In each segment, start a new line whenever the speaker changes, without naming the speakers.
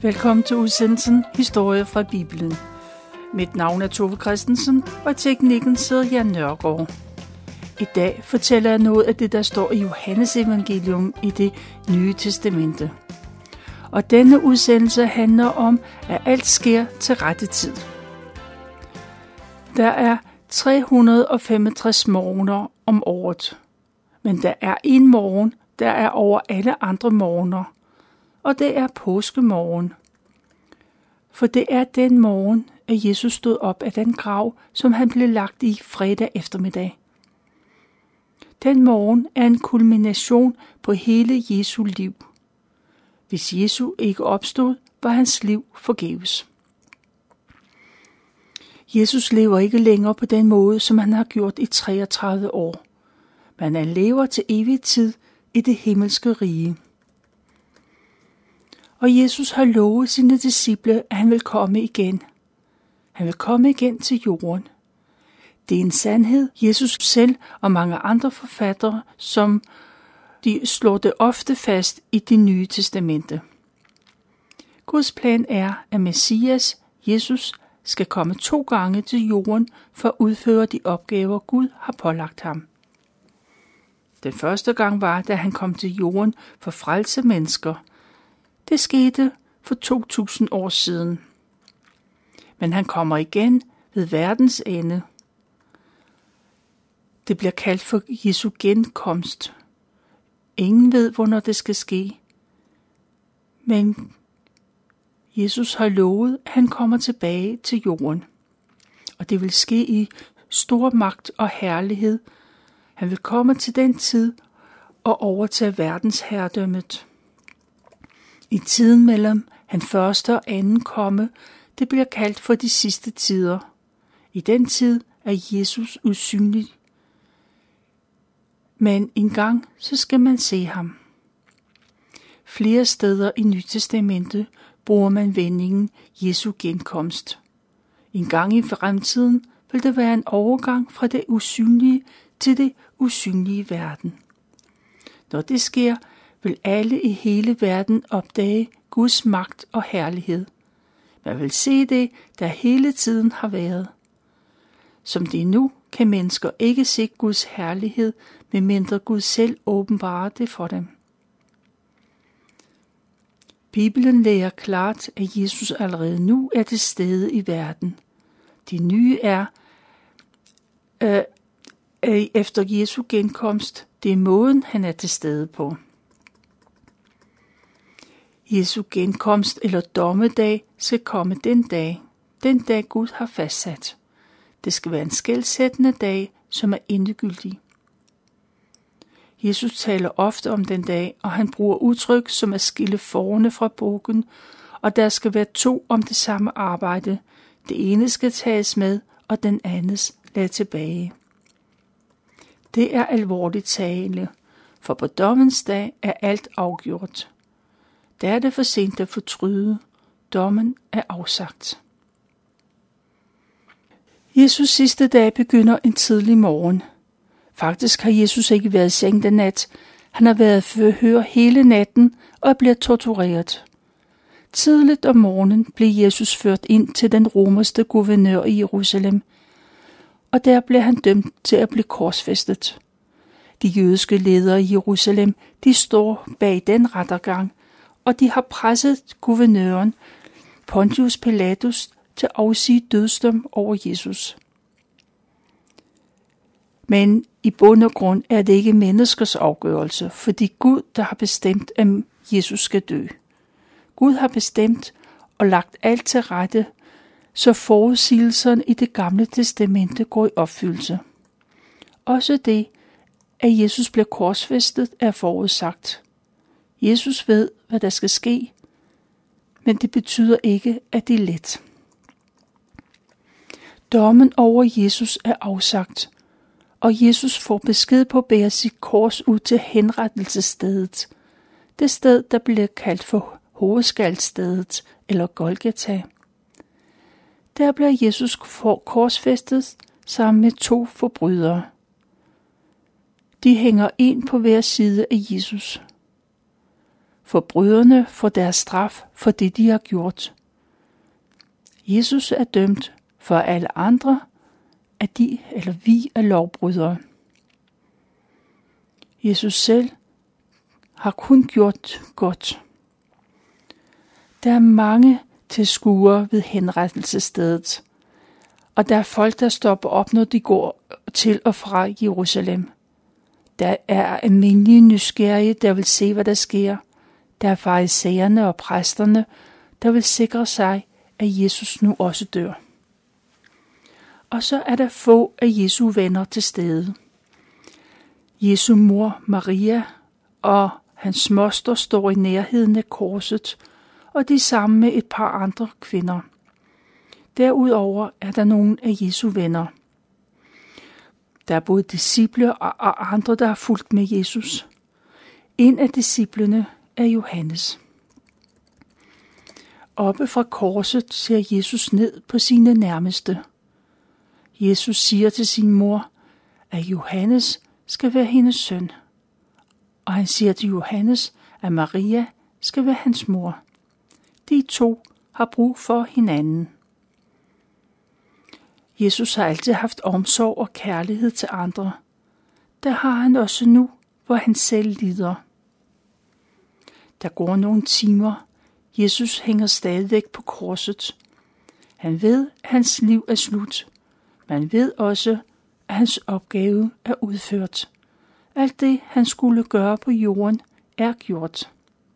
Velkommen til udsendelsen Historie fra Bibelen. Mit navn er Tove Christensen, og i teknikken sidder Jan Nørgaard. I dag fortæller jeg noget af det, der står i Johannes evangelium i det Nye Testamente. Og denne udsendelse handler om, at alt sker til rette tid. Der er 365 morgener om året, men der er en morgen, der er over alle andre morgener, og det er påskemorgen. For det er den morgen, at Jesus stod op af den grav, som han blev lagt i fredag eftermiddag. Den morgen er en kulmination på hele Jesu liv. Hvis Jesu ikke opstod, var hans liv forgæves. Jesus lever ikke længere på den måde, som han har gjort i 33 år, men han lever til evig tid i det himmelske rige. Og Jesus har lovet sine disciple, at han vil komme igen. Han vil komme igen til jorden. Det er en sandhed, Jesus selv og mange andre forfattere, som de slår det ofte fast i det Nye Testamente. Guds plan er, at Messias, Jesus, skal komme 2 gange til jorden for at udføre de opgaver, Gud har pålagt ham. Den første gang var, da han kom til jorden for at frelse mennesker. Det skete for 2000 år siden. Men han kommer igen ved verdens ende. Det bliver kaldt for Jesu genkomst. Ingen ved, hvornår det skal ske. Men Jesus har lovet, at han kommer tilbage til jorden. Og det vil ske i stor magt og herlighed. Han vil komme til den tid og overtage verdens herredømmet. I tiden mellem han første og anden komme, det bliver kaldt for de sidste tider. I den tid er Jesus usynlig. Men engang så skal man se ham. Flere steder i Nyt Testamente bruger man vendingen Jesu genkomst. En gang i fremtiden vil det være en overgang fra det usynlige til det usynlige verden. Når det sker, vil alle i hele verden opdage Guds magt og herlighed. Man vil se det, der hele tiden har været. Som det er nu, kan mennesker ikke se Guds herlighed, medmindre Gud selv åbenbarer det for dem. Bibelen lærer klart, at Jesus allerede nu er til stede i verden. Det nye er, efter Jesu genkomst, det er måden, han er til stede på. Jesu genkomst eller dommedag skal komme den dag Gud har fastsat. Det skal være en skelsættende dag, som er endegyldig. Jesus taler ofte om den dag, og han bruger udtryk som at skille fårene fra bukken, og der skal være 2 om det samme arbejde. Det ene skal tages med, og den andens lade tilbage. Det er alvorligt tale, for på dommens dag er alt afgjort. Der er det for sent at fortryde. Dommen er afsagt. Jesus sidste dag begynder en tidlig morgen. Faktisk har Jesus ikke været i seng den nat. Han har været forhør hele natten og er blevet tortureret. Tidligt om morgenen blev Jesus ført ind til den romerske guvernør i Jerusalem, og der blev han dømt til at blive korsfæstet. De jødiske ledere i Jerusalem, de står bag den rettergang, og de har presset guvernøren Pontius Pilatus til at afsige dødsdom over Jesus. Men i bund og grund er det ikke menneskers afgørelse, fordi Gud, der har bestemt, at Jesus skal dø. Gud har bestemt og lagt alt til rette, så forudsigelserne i det gamle testamente går i opfyldelse. Også det, at Jesus bliver korsfæstet, er forudsagt. Jesus ved, hvad der skal ske, men det betyder ikke, at det er let. Dommen over Jesus er afsagt, og Jesus får besked på at bære sit kors ud til henrettelsesstedet. Det sted, der bliver kaldt for hovedskaldstedet eller Golgata. Der bliver Jesus korsfæstet sammen med 2 forbrydere. De hænger en på hver side af Jesus. Forbryderne får deres straf for det, de har gjort. Jesus er dømt for alle andre, at vi er lovbrydere. Jesus selv har kun gjort godt. Der er mange tilskuere ved henrettelsesstedet, og der er folk, der stopper op, når de går til og fra Jerusalem. Der er almindelige nysgerrige, der vil se, hvad der sker. Der er farisæerne og præsterne, der vil sikre sig, at Jesus nu også dør. Og så er der få af Jesu venner til stede. Jesu mor Maria og hans moster står i nærheden af korset, og de er sammen med et par andre kvinder. Derudover er der nogle af Jesu venner. Der er både disciple og andre, der har fulgt med Jesus. En af disciplene er Johannes. Oppe fra korset ser Jesus ned på sine nærmeste. Jesus siger til sin mor, at Johannes skal være hendes søn. Og han siger til Johannes, at Maria skal være hans mor. De to har brug for hinanden. Jesus har altid haft omsorg og kærlighed til andre. Der har han også nu, hvor han selv lider. Der går nogle timer. Jesus hænger stadigvæk på korset. Han ved, at hans liv er slut. Man ved også, at hans opgave er udført. Alt det, han skulle gøre på jorden, er gjort.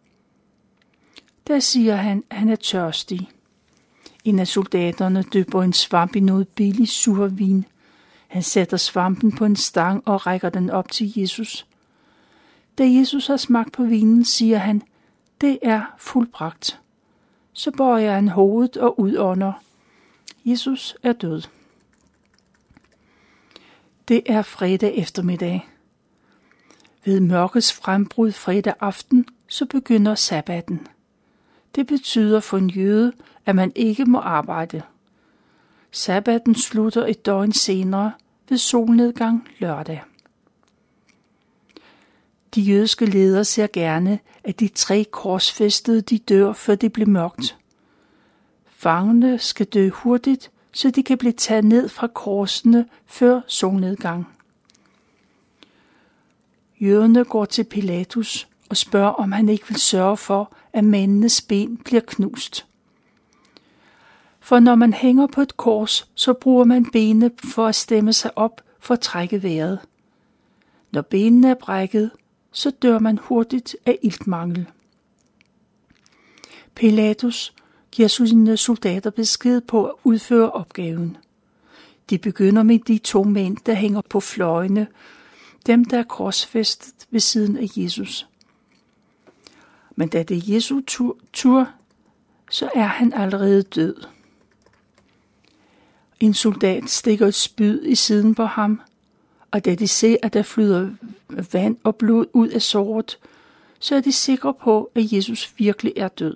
Der siger han, at han er tørstig. En af soldaterne dypper en svamp i noget billig survin. Han sætter svampen på en stang og rækker den op til Jesus. Da Jesus har smagt på vinen, siger han, det er fuldbragt. Så bøjer han hovedet og udånder. Jesus er død. Det er fredag eftermiddag. Ved mørkets frembrud fredag aften, så begynder sabbaten. Det betyder for en jøde, at man ikke må arbejde. Sabbaten slutter et døgn senere ved solnedgang lørdag. De jødiske ledere ser gerne, at de 3 korsfæstede de dør, før det bliver mørkt. Fangerne skal dø hurtigt, så de kan blive taget ned fra korsene før solnedgang. Jøderne går til Pilatus og spørger, om han ikke vil sørge for, at mændenes ben bliver knust. For når man hænger på et kors, så bruger man benene for at stemme sig op for at trække vejret. Når benene er brækket, så dør man hurtigt af iltmangel. Pilatus giver sine soldater besked på at udføre opgaven. De begynder med de 2 mænd, der hænger på fløjene, dem der er korsfæstet ved siden af Jesus. Men da det er Jesu tur, så er han allerede død. En soldat stikker et spyd i siden på ham, og da de ser, at der flyder vand og blod ud af såret, så er de sikre på, at Jesus virkelig er død.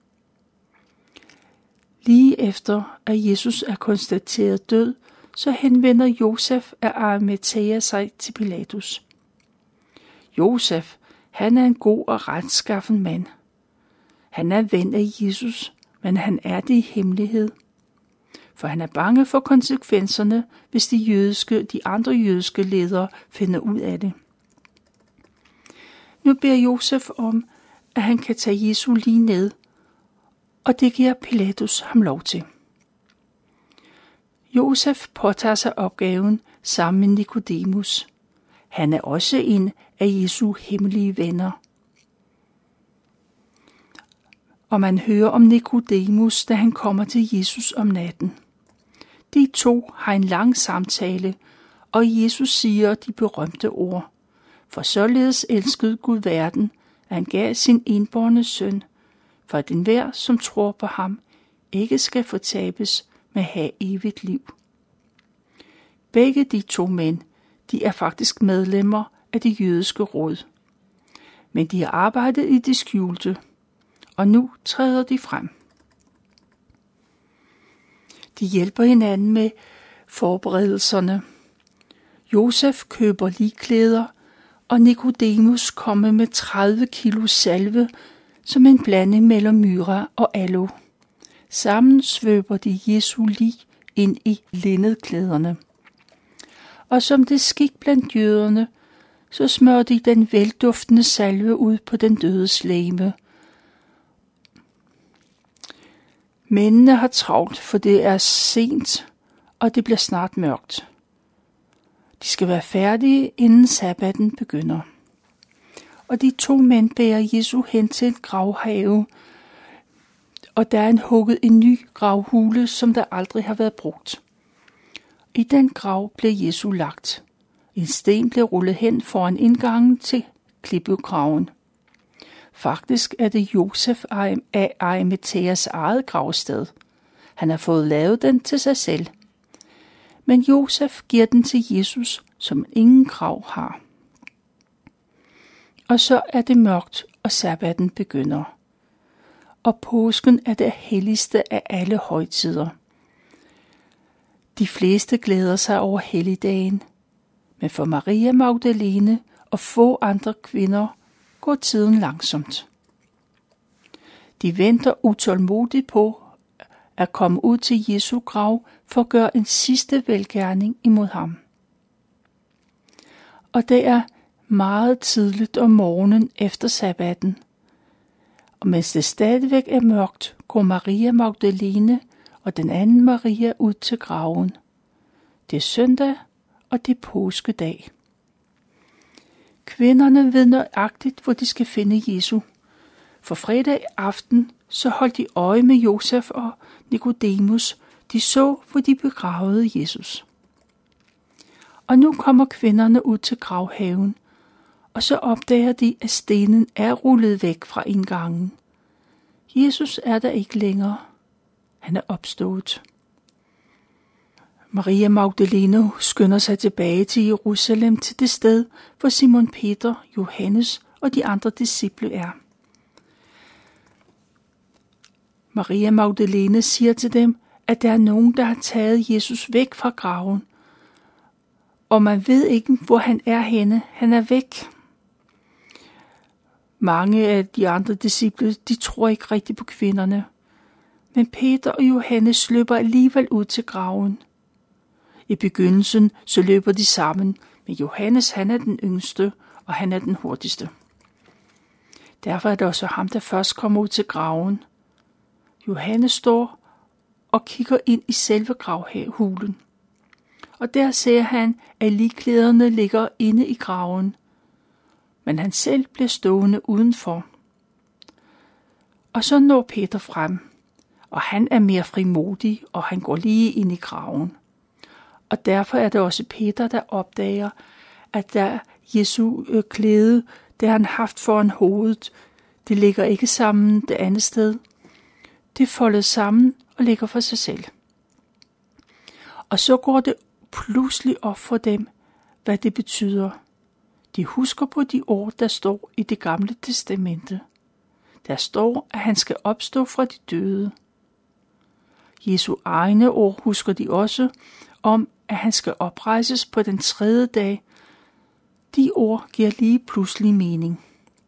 Lige efter, at Jesus er konstateret død, så henvender Josef af Arimathæa sig til Pilatus. Josef, han er en god og retskaffen mand. Han er ven af Jesus, men han er det i hemmelighed. For han er bange for konsekvenserne, hvis de andre jødiske ledere finder ud af det. Nu beder Josef om, at han kan tage Jesu lige ned, og det giver Pilatus ham lov til. Josef påtager sig opgaven sammen med Nikodemus. Han er også en af Jesu hemmelige venner. Og man hører om Nikodemus, da han kommer til Jesus om natten. De 2 har en lang samtale, og Jesus siger de berømte ord. For således elskede Gud verden, at han gav sin enbårne søn, for at enhver, som tror på ham, ikke skal fortabes, men have evigt liv. Begge de 2 mænd, de er faktisk medlemmer af det jødiske råd. Men de har arbejdet i det skjulte, og nu træder de frem. De hjælper hinanden med forberedelserne. Josef køber ligklæder, og Nikodemus kommer med 30 kilo salve, som en blanding mellem myra og aloe. Sammen svøber de Jesu lig ind i linnedklæderne. Og som det skik blandt jøderne, så smør de den velduftende salve ud på den dødes legeme. Mændene har travlt, for det er sent, og det bliver snart mørkt. De skal være færdige, inden sabbaten begynder. Og de 2 mænd bærer Jesu hen til en gravhave, og der er hugget en ny gravhule, som der aldrig har været brugt. I den grav blev Jesu lagt. En sten blev rullet hen foran indgangen til klippegraven. Faktisk er det Josef af Arimatheas eget gravsted. Han har fået lavet den til sig selv. Men Josef giver den til Jesus, som ingen grav har. Og så er det mørkt, og sabbaten begynder. Og påsken er det helligste af alle højtider. De fleste glæder sig over helligdagen, men for Maria Magdalene og få andre kvinder går tiden langsomt. De venter utålmodigt på at komme ud til Jesu grav for at gøre en sidste velgerning imod ham. Og det er meget tidligt om morgenen efter sabbaten. Og mens det stadigvæk er mørkt, går Maria Magdalene og den anden Maria ud til graven. Det er søndag, og det er påskedag. Kvinderne ved nøjagtigt, hvor de skal finde Jesu. For fredag aften så holdt de øje med Josef og Nikodemus. De så, hvor de begravede Jesus. Og nu kommer kvinderne ud til gravhaven, og så opdager de, at stenen er rullet væk fra indgangen. Jesus er der ikke længere. Han er opstået. Maria Magdalene skynder sig tilbage til Jerusalem, til det sted, hvor Simon Peter, Johannes og de andre disciple er. Maria Magdalene siger til dem, at der er nogen, der har taget Jesus væk fra graven, og man ved ikke, hvor han er henne. Han er væk. Mange af de andre disciple, de tror ikke rigtigt på kvinderne. Men Peter og Johannes løber alligevel ud til graven. I begyndelsen så løber de sammen, men Johannes han er den yngste, og han er den hurtigste. Derfor er det også ham, der først kommer ud til graven. Johannes står og kigger ind i selve gravhulen. Og der ser han, at ligklæderne ligger inde i graven, men han selv bliver stående udenfor. Og så når Peter frem, og han er mere frimodig, og han går lige ind i graven. Og derfor er det også Peter, der opdager, at der Jesu klæde, det han haft foran hovedet, det ligger ikke sammen det andet sted. Det er foldet sammen og ligger for sig selv. Og så går det pludselig op for dem, hvad det betyder. De husker på de ord, der står i Det Gamle Testamente. Der står, at han skal opstå fra de døde. Jesu egne ord husker de også om, at han skal oprejses på den 3. dag. De ord giver lige pludselig mening.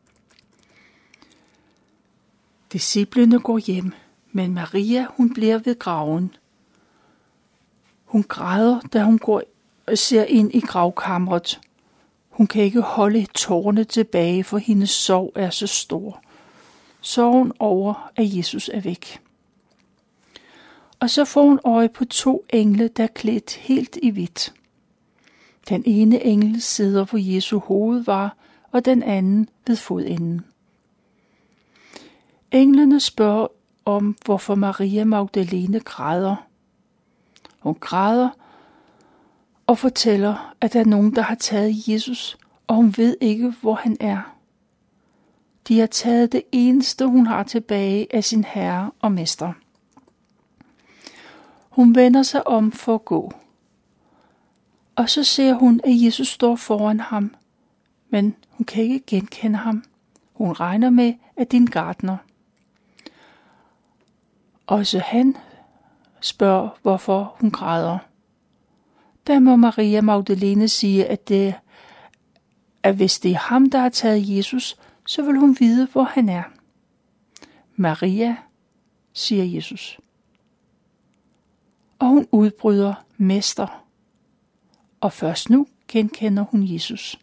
Disciplene går hjem, men Maria, hun bliver ved graven. Hun græder, da hun går og ser ind i gravkammeret. Hun kan ikke holde tårerne tilbage, for hendes sorg er så stor. Sorgen over, at Jesus er væk. Og så får hun øje på 2 engle, der er klædt helt i hvidt. Den ene engel sidder, hvor Jesu hoved var, og den anden ved fodenden. Englene spørger om, hvorfor Maria Magdalene græder. Hun græder og fortæller, at der er nogen, der har taget Jesus, og hun ved ikke, hvor han er. De har taget det eneste, hun har tilbage af sin herre og mester. Hun vender sig om for at gå. Og så ser hun, at Jesus står foran ham, men hun kan ikke genkende ham. Hun regner med, at det er en gartner. Også han spørger, hvorfor hun græder. Der må Maria Magdalene sige, at hvis det er ham, der har taget Jesus, så vil hun vide, hvor han er. Maria, siger Jesus. Og hun udbryder, Mester. Og først nu genkender hun Jesus.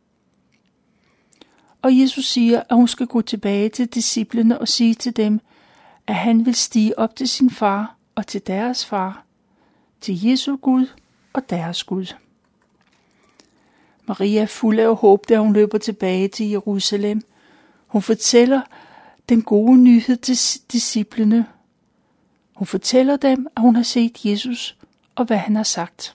Og Jesus siger, at hun skal gå tilbage til disciplene og sige til dem, at han vil stige op til sin far og til deres far, til Jesu Gud og deres Gud. Maria er fuld af håb, da hun løber tilbage til Jerusalem. Hun fortæller den gode nyhed til disciplene. Hun fortæller dem, at hun har set Jesus og hvad han har sagt.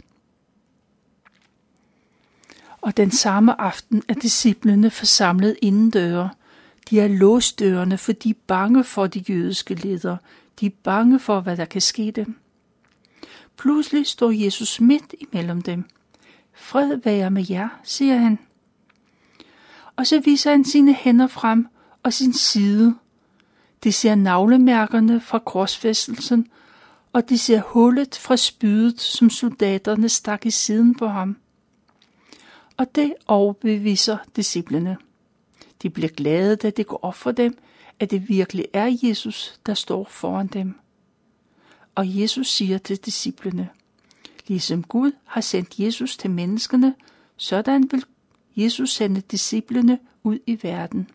Og den samme aften er disciplene forsamlet indendøre. De har låst dørene, for de er bange for de jødiske ledere. De er bange for, hvad der kan ske dem. Pludselig står Jesus midt imellem dem. Fred være med jer, siger han. Og så viser han sine hænder frem og sin side. De ser navlemærkerne fra korsfæstelsen, og de ser hullet fra spydet, som soldaterne stak i siden på ham. Og det overbeviser disciplene. De bliver glade, da det går op for dem, at det virkelig er Jesus, der står foran dem. Og Jesus siger til disciplene, ligesom Gud har sendt Jesus til menneskene, sådan vil Jesus sende disciplene ud i verden.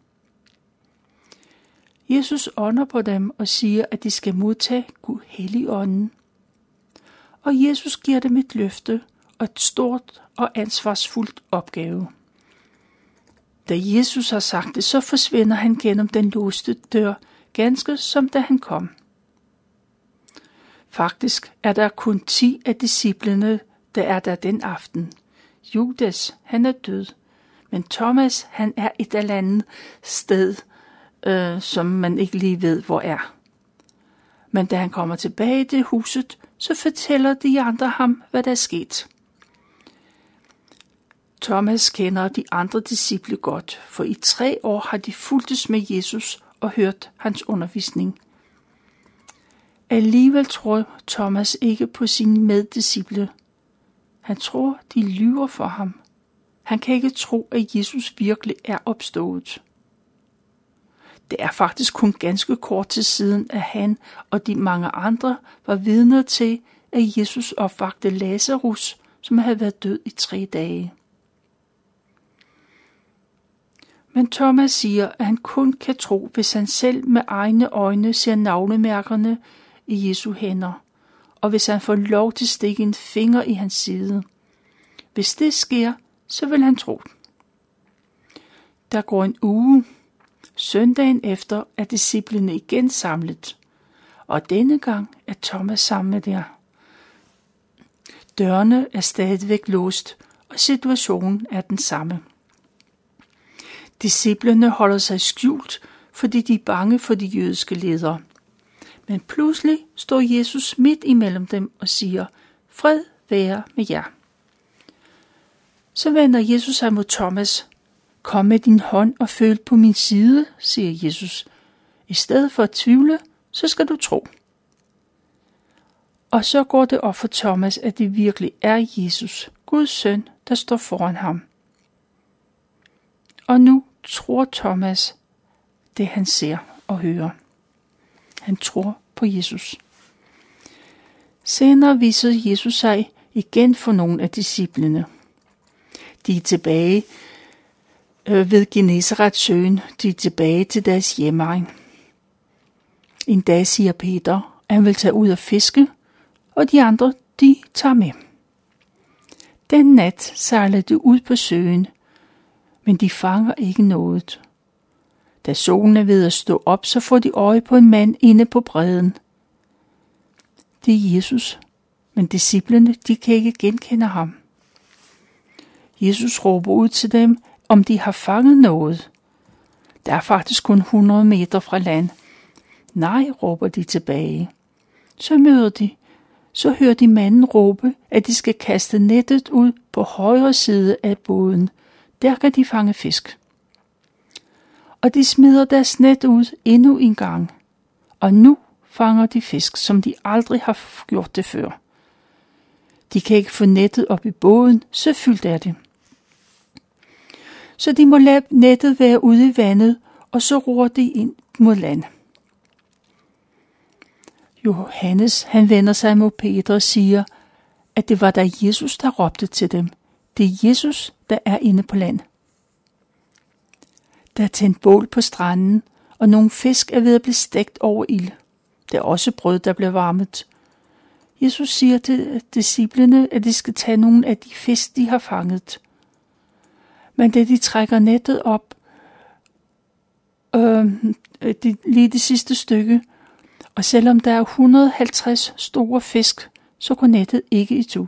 Jesus ånder på dem og siger, at de skal modtage Gud Helligånden. Og Jesus giver dem et løfte og et stort og ansvarsfuldt opgave. Da Jesus har sagt det, så forsvinder han gennem den låste dør, ganske som da han kom. Faktisk er der kun 10 af disciplene, der er der den aften. Judas, han er død, men Thomas, han er et eller andet sted, som man ikke lige ved, hvor er. Men da han kommer tilbage til huset, så fortæller de andre ham, hvad der er sket. Thomas kender de andre disciple godt, for i 3 år har de fulgtes med Jesus og hørt hans undervisning. Alligevel tror Thomas ikke på sine meddisciple. Han tror, de lyver for ham. Han kan ikke tro, at Jesus virkelig er opstået. Det er faktisk kun ganske kort tid siden, at han og de mange andre var vidner til, at Jesus opvagte Lazarus, som havde været død i 3 dage. Men Thomas siger, at han kun kan tro, hvis han selv med egne øjne ser navlemærkerne i Jesu hænder, og hvis han får lov til at stikke en finger i hans side. Hvis det sker, så vil han tro. Der går en uge. Søndagen efter er disciplene igen samlet, og denne gang er Thomas sammen med der. Dørene er stadigvæk låst, og situationen er den samme. Disciplene holder sig skjult, fordi de er bange for de jødiske ledere. Men pludselig står Jesus midt imellem dem og siger, fred være med jer. Så vender Jesus sig mod Thomas. Kom med din hånd og føl på min side, siger Jesus. I stedet for at tvivle, så skal du tro. Og så går det op for Thomas, at det virkelig er Jesus, Guds søn, der står foran ham. Og nu tror Thomas det, han ser og hører. Han tror på Jesus. Senere viser Jesus sig igen for nogle af disciplene. De er tilbage ved Genesaretsøen. De er tilbage til deres hjemegn. En dag siger Peter, at han vil tage ud og fiske, og de andre, de tager med. Den nat sejler de ud på søen, men de fanger ikke noget. Da solen er ved at stå op, så får de øje på en mand inde på bredden. Det er Jesus, men disciplene, de kan ikke genkende ham. Jesus råber ud til dem, om de har fanget noget. Der er faktisk kun 100 meter fra land. Nej, råber de tilbage. Så hører de manden råbe, at de skal kaste nettet ud på højre side af båden. Der kan de fange fisk. Og de smider deres net ud endnu en gang. Og nu fanger de fisk, som de aldrig har gjort det før. De kan ikke få nettet op i båden, så fyldt er det. Så de må lade nettet være ude i vandet, og så roer de ind mod land. Johannes, han vender sig mod Peter og siger, at det var da Jesus, der råbte til dem. Det er Jesus, der er inde på land. Der er tændt bål på stranden, og nogle fisk er ved at blive stegt over ild. Det er også brød, der bliver varmet. Jesus siger til disciplene, at de skal tage nogle af de fisk, de har fanget. Men da de trækker nettet op, lige det sidste stykke, og selvom der er 150 store fisk, så går nettet ikke itu.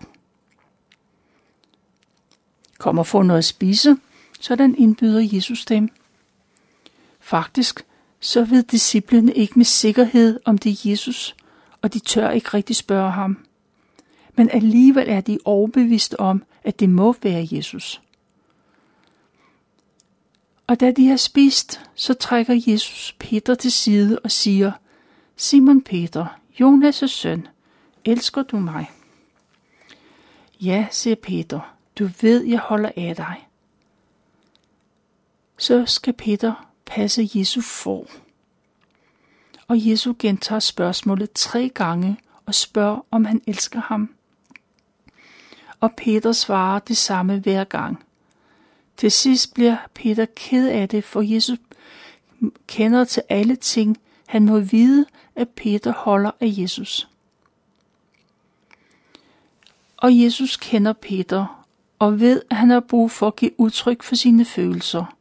Kom og få noget at spise, sådan indbyder Jesus dem. Faktisk så ved disciplene ikke med sikkerhed, om det er Jesus, og de tør ikke rigtig spørge ham. Men alligevel er de overbevist om, at det må være Jesus. Og da de har spist, så trækker Jesus Peter til side og siger, Simon Peter, Jonas' søn, elsker du mig? Ja, siger Peter, du ved, jeg holder af dig. Så skal Peter passe Jesu får. Og Jesus gentager spørgsmålet 3 gange og spørger, om han elsker ham. Og Peter svarer det samme hver gang. Til sidst bliver Peter ked af det, for Jesus kender til alle ting. Han må vide, at Peter holder af Jesus. Og Jesus kender Peter og ved, at han har brug for at give udtryk for sine følelser.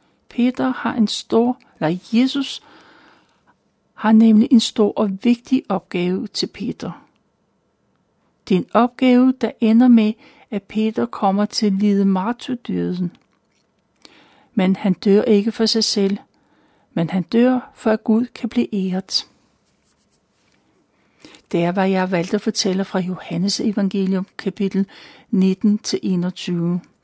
Jesus har nemlig en stor og vigtig opgave til Peter. Det er en opgave, der ender med, at Peter kommer til at lide martyrdøden. Men han dør ikke for sig selv, men han dør, for at Gud kan blive æret. Det er, hvad jeg har valgt at fortælle fra Johannes evangelium, kapitel 19-21.